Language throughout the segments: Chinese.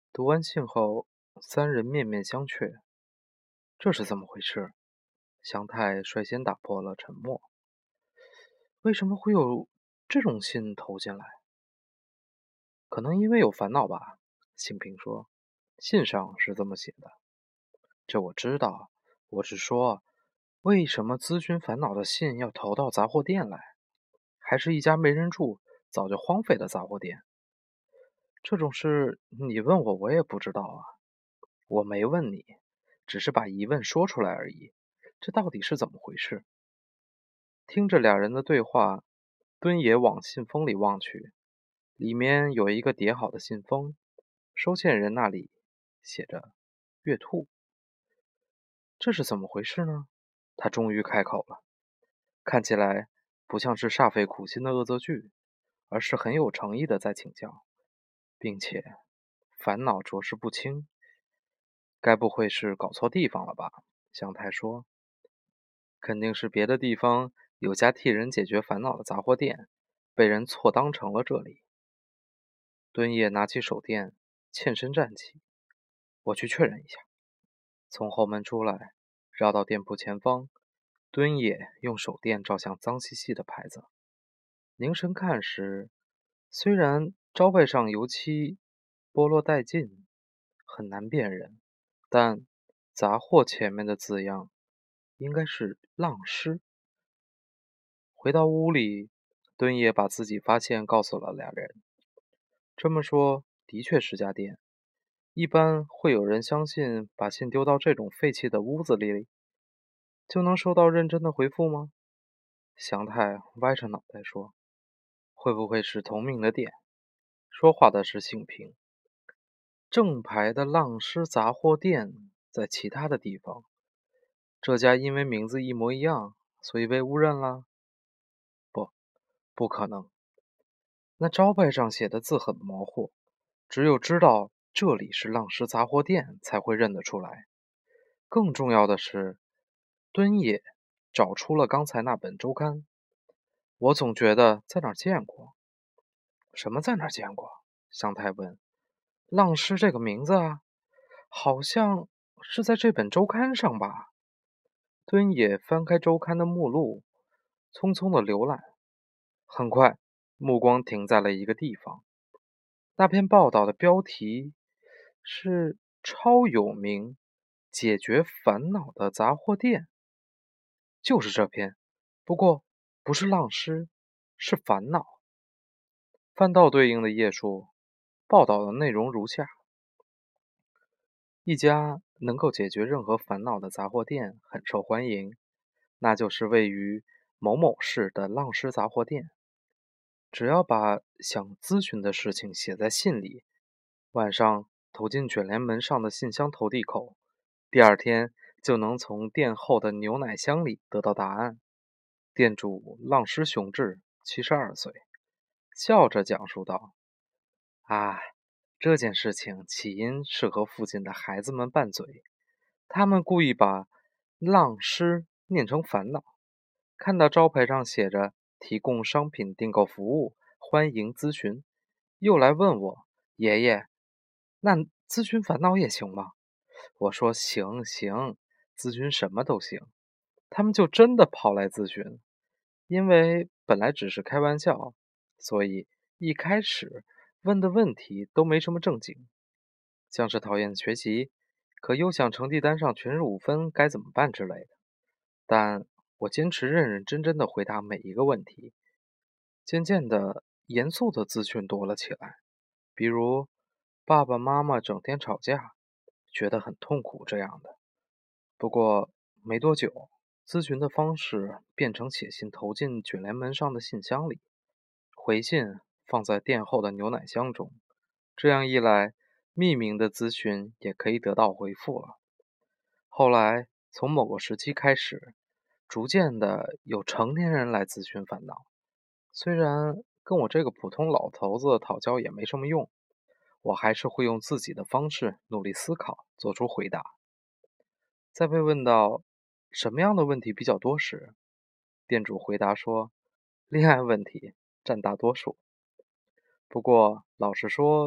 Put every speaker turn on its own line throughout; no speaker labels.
读完信后，三人面面相觑。这是怎么回事？祥太率先打破了沉默。为什么会有这种信投进来？可能因为有烦恼吧。信平说，信上是这么写的。这我知道，我只说，为什么咨询烦恼的信要投到杂货店来？还是一家没人住、早就荒废的杂货店？这种事你问我，我也不知道啊。我没问你，只是把疑问说出来而已。这到底是怎么回事？听着俩人的对话，敦也往信封里望去，里面有一个叠好的信封，收件人那里写着“月兔”。这是怎么回事呢？他终于开口了，看起来不像是煞费苦心的恶作剧，而是很有诚意的在请教，并且烦恼着实不轻。该不会是搞错地方了吧？香太说，肯定是别的地方有家替人解决烦恼的杂货店，被人错当成了这里。敦业拿起手电，欠身站起，我去确认一下。从后门出来，绕到店铺前方，敦也用手电照向脏兮兮的牌子，凝神看时，虽然招牌上油漆剥落殆尽，很难辨认，但杂货前面的字样应该是浪诗。回到屋里，敦也把自己发现告诉了俩人。这么说，的确是家店。一般会有人相信把信丢到这种废弃的屋子里，就能收到认真的回复吗？祥太歪着脑袋说：会不会是同名的店？说话的是姓平。正牌的浪诗杂货店在其他的地方，这家因为名字一模一样，所以被误认了？不，不可能。那招牌上写的字很模糊，只有知道这里是浪诗杂货店才会认得出来。更重要的是，敦也找出了刚才那本周刊，我总觉得在哪儿见过。什么在哪儿见过？香太问。浪诗这个名字啊，好像是在这本周刊上吧？敦也翻开周刊的目录，匆匆的浏览，很快目光停在了一个地方。那篇报道的标题是超有名、解决烦恼的杂货店，就是这篇。不过不是浪诗，是烦恼。翻到对应的页数，报道的内容如下：一家能够解决任何烦恼的杂货店很受欢迎，那就是位于某某市的浪诗杂货店。只要把想咨询的事情写在信里，晚上投进卷帘门上的信箱投递口，第二天就能从店后的牛奶箱里得到答案。店主浪诗雄志，72岁，笑着讲述道：啊，这件事情起因是和附近的孩子们拌嘴，他们故意把浪诗念成烦恼。看到招牌上写着提供商品订购服务，欢迎咨询，又来问我爷爷，那咨询烦恼也行吗？我说行行，咨询什么都行。他们就真的跑来咨询，因为本来只是开玩笑，所以一开始问的问题都没什么正经，像是讨厌学习，可又想成绩单上全是5分，该怎么办之类的。但我坚持认认真真的回答每一个问题。渐渐的，严肃的资讯多了起来，比如爸爸妈妈整天吵架，觉得很痛苦这样的。不过没多久，咨询的方式变成写信投进卷帘门上的信箱里，回信放在店后的牛奶箱中。这样一来，匿名的咨询也可以得到回复了。后来，从某个时期开始，逐渐的有成年人来咨询烦恼。虽然跟我这个普通老头子讨教也没什么用，我还是会用自己的方式努力思考，做出回答。在被问到什么样的问题比较多时，店主回答说，恋爱问题占大多数。不过，老实说，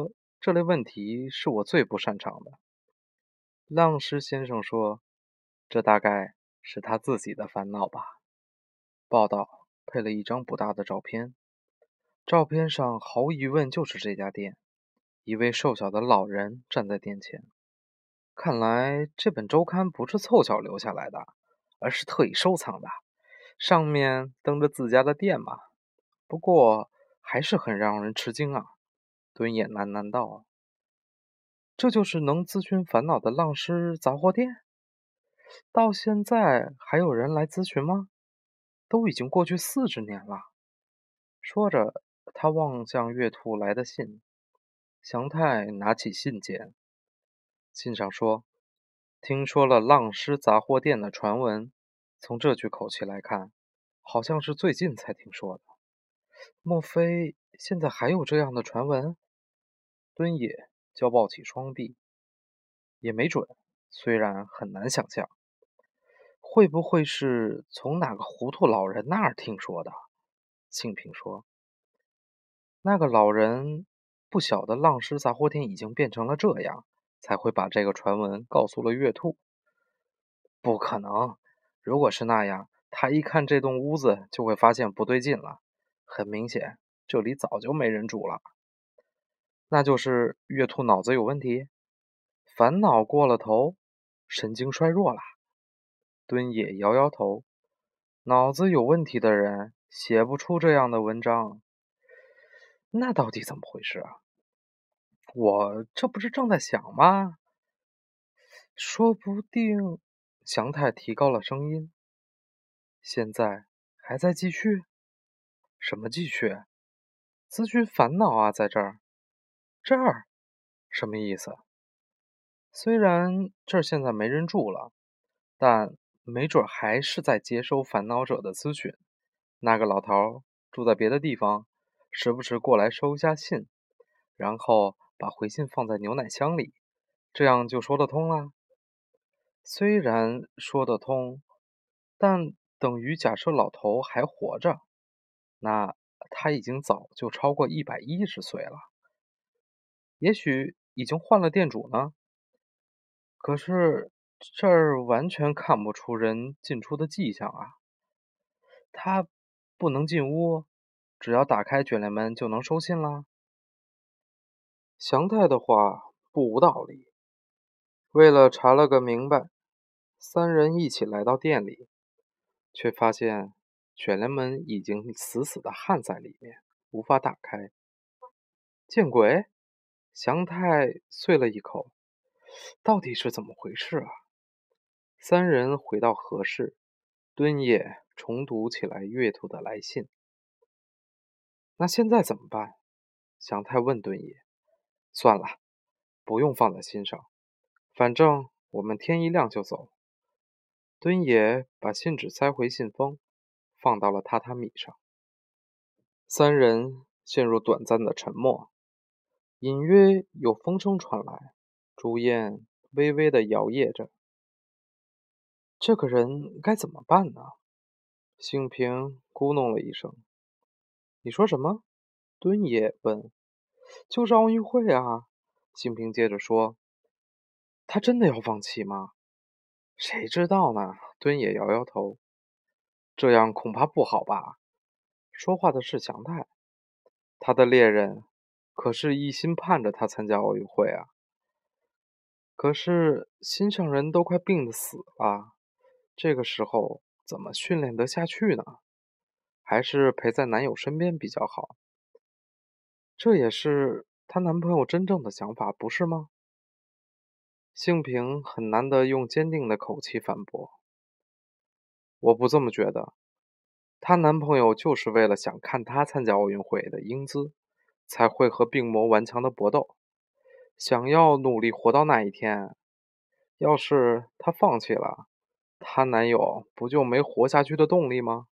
这类问题是我最不擅长的。浪狮先生说：“这大概是他自己的烦恼吧。”报道配了一张不大的照片，照片上毫无疑问就是这家店。一位瘦小的老人站在店前。看来这本周刊不是凑巧留下来的，而是特意收藏的。上面登着自家的店码，不过还是很让人吃惊啊。敦也喃喃道：“这就是能咨询烦恼的浪狮杂货店？到现在还有人来咨询吗？都已经过去40年了。”说着，他望向月兔来的信。祥太拿起信笺，信上说：“听说了浪狮杂货店的传闻，从这句口气来看，好像是最近才听说的。莫非现在还有这样的传闻？”敦也交抱起双臂，也没准，虽然很难想象，会不会是从哪个糊涂老人那儿听说的？庆平说：“那个老人不晓得浪狮杂货店已经变成了这样，才会把这个传闻告诉了月兔。不可能，如果是那样，他一看这栋屋子就会发现不对劲了。很明显，这里早就没人住了。那就是月兔脑子有问题，烦恼过了头，神经衰弱了。”敦也摇摇头，脑子有问题的人写不出这样的文章。那到底怎么回事啊？我这不是正在想吗？说不定……祥太提高了声音。现在还在继续？什么继续？咨询烦恼啊，在这儿。这儿什么意思？虽然这儿现在没人住了，但没准还是在接收烦恼者的咨询。那个老头住在别的地方，时不时过来收一下信，然后把回信放在牛奶箱里，这样就说得通啦。虽然说得通，但等于假设老头还活着，那他已经早就超过110岁了，也许已经换了店主呢。可是这儿完全看不出人进出的迹象啊。他不能进屋，只要打开卷帘门就能收信啦。祥太的话不无道理。为了查了个明白，三人一起来到店里，却发现卷帘门已经死死地焊在里面，无法打开。见鬼！祥太啐了一口，到底是怎么回事啊？三人回到和室，敦也重读起来月兔的来信。那现在怎么办？祥太问敦也。算了，不用放在心上，反正我们天一亮就走。敦也把信纸塞回信封，放到了榻榻米上。三人陷入短暂的沉默，隐约有风声传来，竹叶微微地摇曳着。这个人该怎么办呢？幸平咕哝了一声。你说什么？敦也问。就是奥运会啊，幸平接着说。他真的要放弃吗？谁知道呢？敦也摇摇头。这样恐怕不好吧？说话的是祥太，他的猎人可是一心盼着他参加奥运会啊。可是心上人都快病得死了，这个时候怎么训练得下去呢？还是陪在男友身边比较好。这也是她男朋友真正的想法，不是吗？幸平很难得用坚定的口气反驳：“我不这么觉得。她男朋友就是为了想看她参加奥运会的英姿，才会和病魔顽强的搏斗，想要努力活到那一天。要是她放弃了，她男友不就没活下去的动力吗？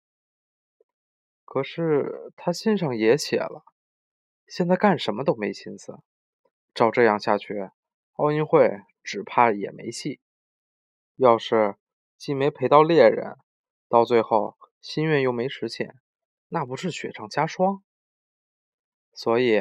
可是她信上也写了，现在干什么都没心思。照这样下去，奥运会只怕也没戏。要是既没陪到猎人，到最后心愿又没实现，那不是雪上加霜？所以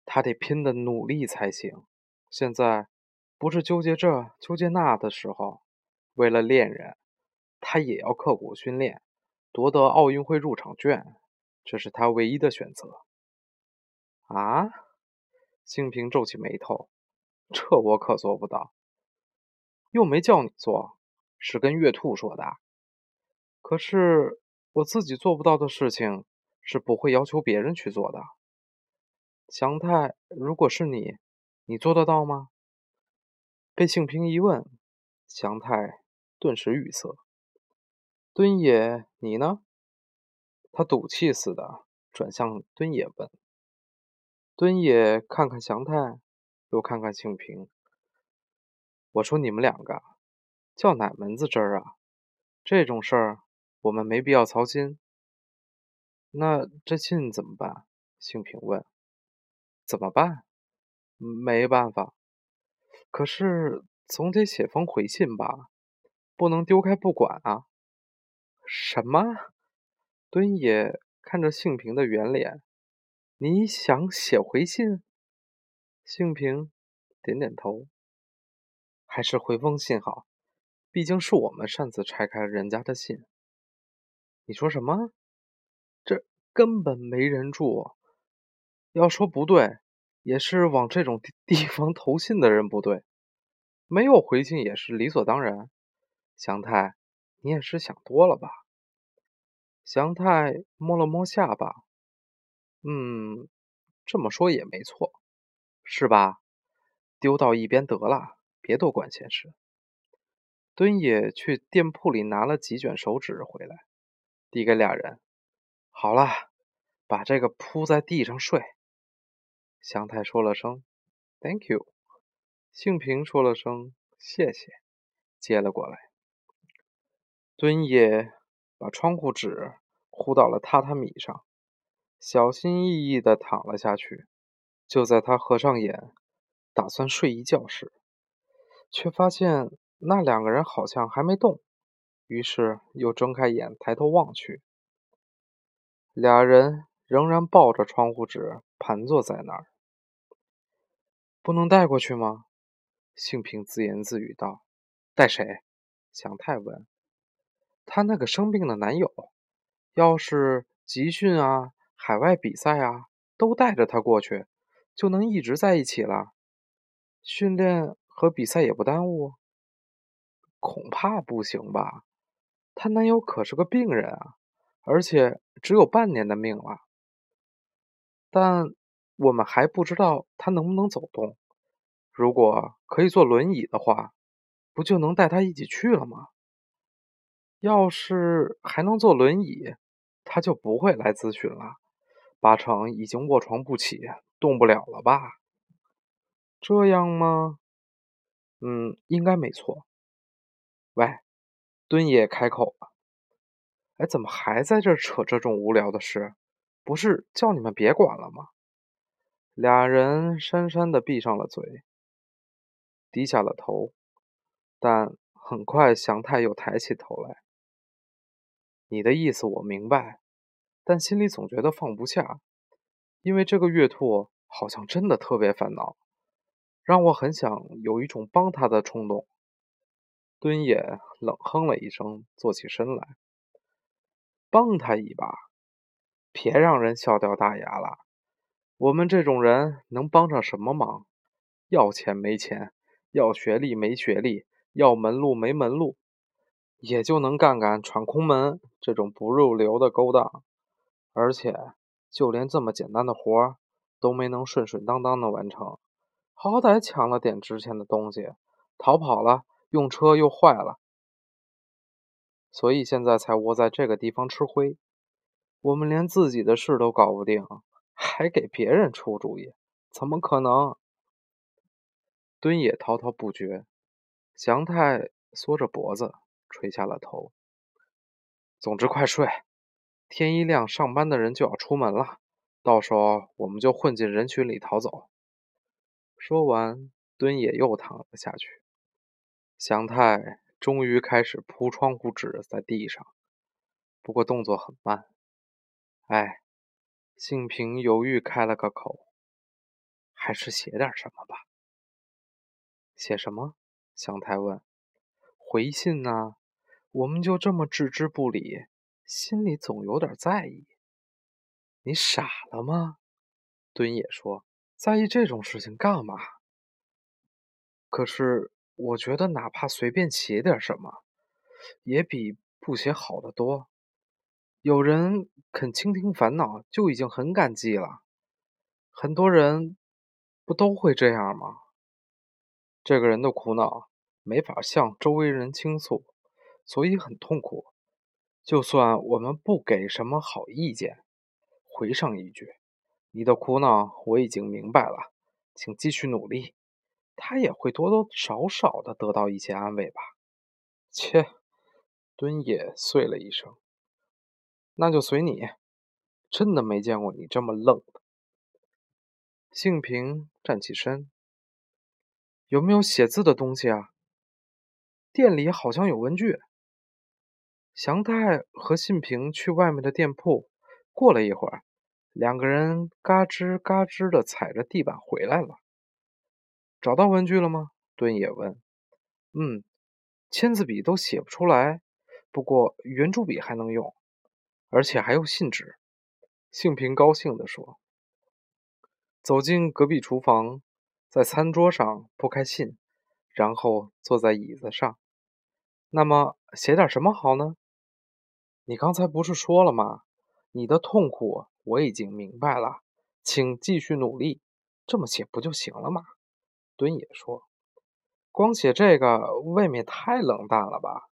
他得拼的努力才行。现在不是纠结这纠结那的时候，为了恋人，他也要刻苦训练，夺得奥运会入场券，这是他唯一的选择。啊？兴平皱起眉头，这我可做不到，又没叫你做，是跟月兔说的。可是我自己做不到的事情，是不会要求别人去做的。祥太，如果是你，你做得到吗？被幸平一问，祥太顿时语塞。敦野，你呢？他赌气似的转向敦野问。敦野看看祥太，又看看幸平。我说你们两个较哪门子真儿啊？这种事儿我们没必要操心。那这信怎么办？幸平问。怎么办？没办法。可是总得写封回信吧，不能丢开不管啊。什么？敦野看着幸平的圆脸，你想写回信？幸平点点头，还是回封信好，毕竟是我们擅自拆开了人家的信。你说什么？这根本没人住。要说不对，也是往这种地方投信的人不对，没有回信也是理所当然。祥太，你也是想多了吧？祥太摸了摸下巴，这么说也没错，是吧？丢到一边得了，别多管闲事。敦野去店铺里拿了几卷手纸回来，递给俩人。好了，把这个铺在地上睡。祥太说了声 "Thank you"，幸平说了声谢谢，接了过来。敦野把窗户纸糊到了榻榻米上，小心翼翼地躺了下去。就在他合上眼，打算睡一觉时，却发现那两个人好像还没动，于是又睁开眼抬头望去，俩人仍然抱着窗户纸盘坐在那儿。不能带过去吗？幸平自言自语道。带谁？祥太问。她那个生病的男友，要是集训啊、海外比赛啊，都带着他过去，就能一直在一起了。训练和比赛也不耽误。恐怕不行吧？她男友可是个病人啊，而且只有半年的命了。但我们还不知道他能不能走动。如果可以坐轮椅的话，不就能带他一起去了吗？要是还能坐轮椅，他就不会来咨询了，八成已经卧床不起，动不了了吧？这样吗？应该没错。喂，敦也开口了。哎，怎么还在这儿扯这种无聊的事？不是叫你们别管了吗？俩人讪讪地闭上了嘴，低下了头。但很快祥太又抬起头来。你的意思我明白，但心里总觉得放不下，因为这个月兔好像真的特别烦恼，让我很想有一种帮他的冲动。敦也冷哼了一声，坐起身来，帮他一把，别让人笑掉大牙了。我们这种人能帮上什么忙？要钱没钱，要学历没学历，要门路没门路，也就能干干闯空门这种不入流的勾当。而且就连这么简单的活儿都没能顺顺当当的完成，好歹抢了点值钱的东西，逃跑了，用车又坏了，所以现在才窝在这个地方吃灰。我们连自己的事都搞不定，还给别人出主意，怎么可能？敦也滔滔不绝，祥太缩着脖子垂下了头。总之，快睡，天一亮，上班的人就要出门了，到时候我们就混进人群里逃走。说完，敦也又躺了下去。祥太终于开始铺窗户纸在地上，不过动作很慢。哎，幸平犹豫开了个口。 还是写点什么吧。写什么？祥太问。回信呢？我们就这么置之不理，心里总有点在意。你傻了吗？敦也说，在意这种事情干嘛？可是我觉得哪怕随便写点什么，也比不写好得多。有人肯倾听烦恼，就已经很感激了。很多人不都会这样吗？这个人的苦恼没法向周围人倾诉，所以很痛苦。就算我们不给什么好意见，回上一句：“你的苦恼我已经明白了，请继续努力。”他也会多多少少的得到一些安慰吧。切，敦也碎了一声。那就随你，真的没见过你这么愣的。幸平站起身，有没有写字的东西啊？店里好像有文具。祥太和信平去外面的店铺，过了一会儿，两个人嘎吱嘎吱地踩着地板回来了。找到文具了吗？敦也问。签字笔都写不出来，不过圆珠笔还能用，而且还有信纸。幸平高兴地说。走进隔壁厨房，在餐桌上铺开信，然后坐在椅子上。那么写点什么好呢？你刚才不是说了吗？你的痛苦我已经明白了，请继续努力，这么写不就行了吗？敦也说。光写这个未免太冷淡了吧？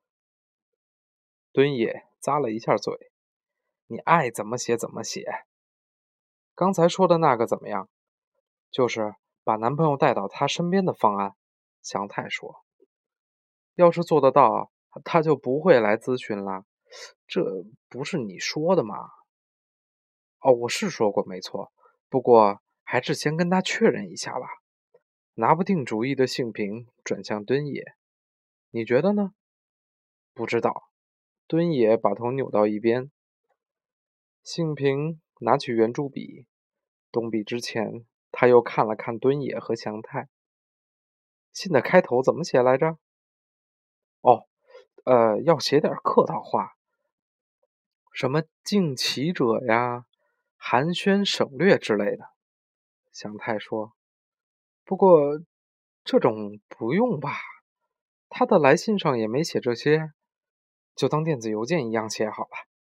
敦也咂了一下嘴。你爱怎么写怎么写。刚才说的那个怎么样？就是把男朋友带到他身边的方案。祥太说。要是做得到，他就不会来咨询了。这不是你说的吗？哦，我是说过没错，不过还是先跟他确认一下吧。拿不定主意的幸平转向敦也，你觉得呢？不知道。敦也把头扭到一边。幸平拿起圆珠笔，动笔之前，他又看了看敦也和祥太。信的开头怎么写来着？哦，要写点客套话，什么敬启者呀、寒暄省略之类的。祥太说。不过这种不用吧，他的来信上也没写这些，就当电子邮件一样写好了。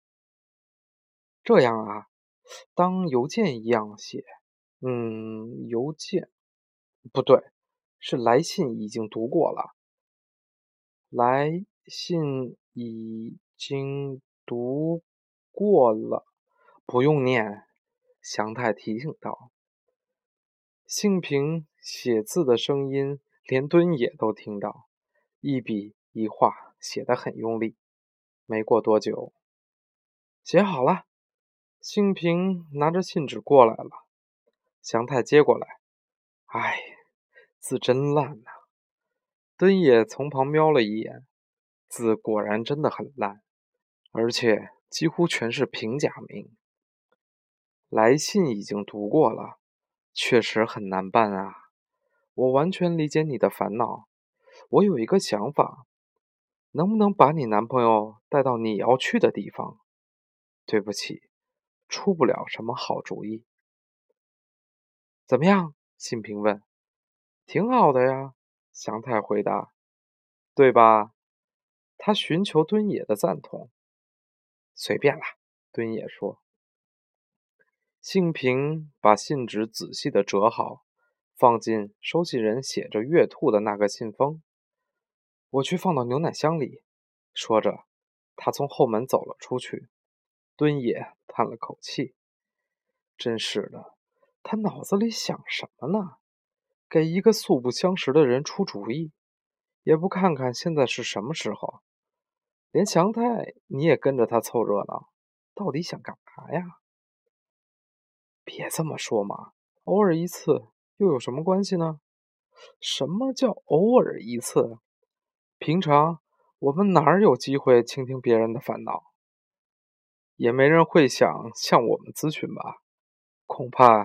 这样啊，当邮件一样写。邮件不对，是来信已经读过了。来信已经读过了，不用念。祥太提醒道。幸平写字的声音连敦也都听到，一笔一画写得很用力。没过多久，写好了。幸平拿着信纸过来了。祥太接过来。唉，字真烂呐。敦也从旁瞄了一眼，字果然真的很烂，而且几乎全是平假名。来信已经读过了，确实很难办啊。我完全理解你的烦恼。我有一个想法，能不能把你男朋友带到你要去的地方？对不起，出不了什么好主意。怎么样？信平问。挺好的呀，祥太回答。对吧？他寻求敦也的赞同。随便啦，敦也说。幸平把信纸仔细地折好，放进收信人写着月兔的那个信封。我去放到牛奶箱里。说着，他从后门走了出去。敦也叹了口气。真是的，他脑子里想什么呢？给一个素不相识的人出主意，也不看看现在是什么时候。连祥太你也跟着他凑热闹，到底想干嘛呀？别这么说嘛，偶尔一次又有什么关系呢？什么叫偶尔一次？平常我们哪儿有机会倾听别人的烦恼？也没人会想向我们咨询吧？恐怕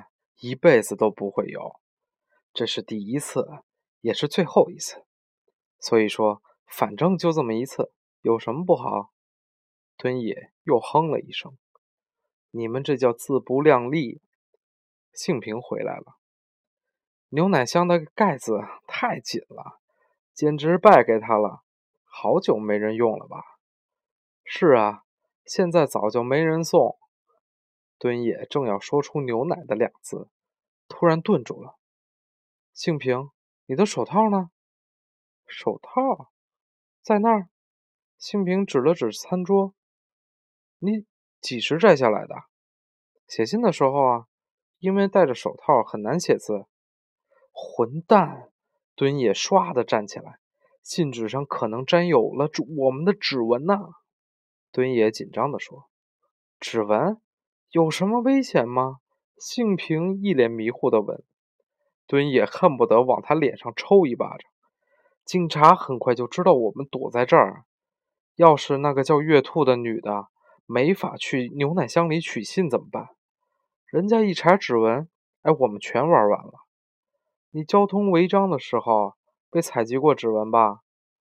一辈子都不会有。这是第一次，也是最后一次。所以说，反正就这么一次，有什么不好？敦也又哼了一声。你们这叫自不量力。幸平回来了，牛奶箱的盖子太紧了，简直败给他了。好久没人用了吧？是啊，现在早就没人送。敦也正要说出牛奶的两字，突然顿住了。幸平，你的手套呢？手套在那儿。幸平指了指餐桌。你几时摘下来的？写信的时候啊，因为戴着手套很难写字。混蛋！敦也唰的站起来，信纸上可能沾有了我们的指纹呐。敦也紧张地说：指纹？有什么危险吗？幸平一脸迷糊地问。敦也恨不得往他脸上抽一巴掌。警察很快就知道我们躲在这儿。要是那个叫月兔的女的没法去牛奶箱里取信怎么办？人家一查指纹，哎，我们全玩完了。你交通违章的时候被采集过指纹吧？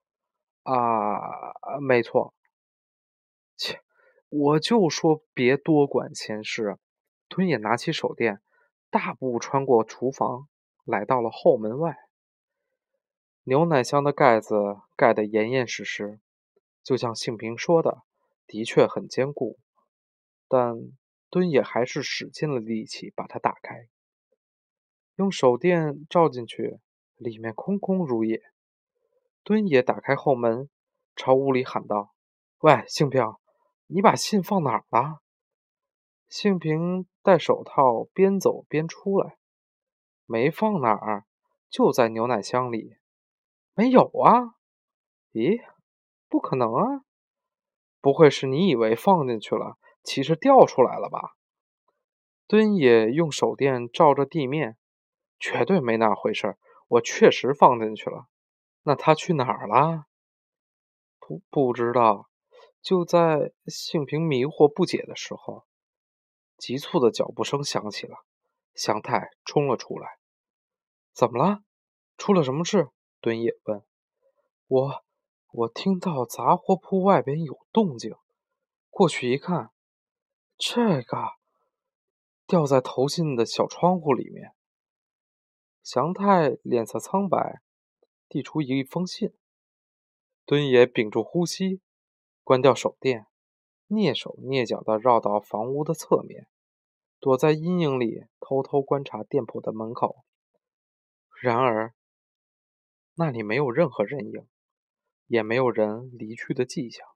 没错。切，我就说别多管闲事。敦也拿起手电，大步穿过厨房，来到了后门外。牛奶箱的盖子盖得严严实实，就像幸平说的，的确很坚固。但敦也还是使尽了力气把它打开，用手电照进去，里面空空如也。敦也打开后门，朝屋里喊道：喂，幸平，你把信放哪儿了？幸平戴手套边走边出来，没放哪儿，就在牛奶箱里。没有啊？咦，不可能啊！不会是你以为放进去了，其实掉出来了吧？敦也用手电照着地面，绝对没那回事，我确实放进去了。那他去哪儿了？不知道。就在幸平迷惑不解的时候，急促的脚步声响起了，祥太冲了出来。怎么了？出了什么事？敦也问。我听到杂货铺外边有动静，过去一看，这个掉在投信的小窗户里面。祥太脸色苍白，递出一封信。敦也屏住呼吸，关掉手电，蹑手蹑脚地绕到房屋的侧面，躲在阴影里偷偷观察店铺的门口。然而，那里没有任何人影，也没有人离去的迹象。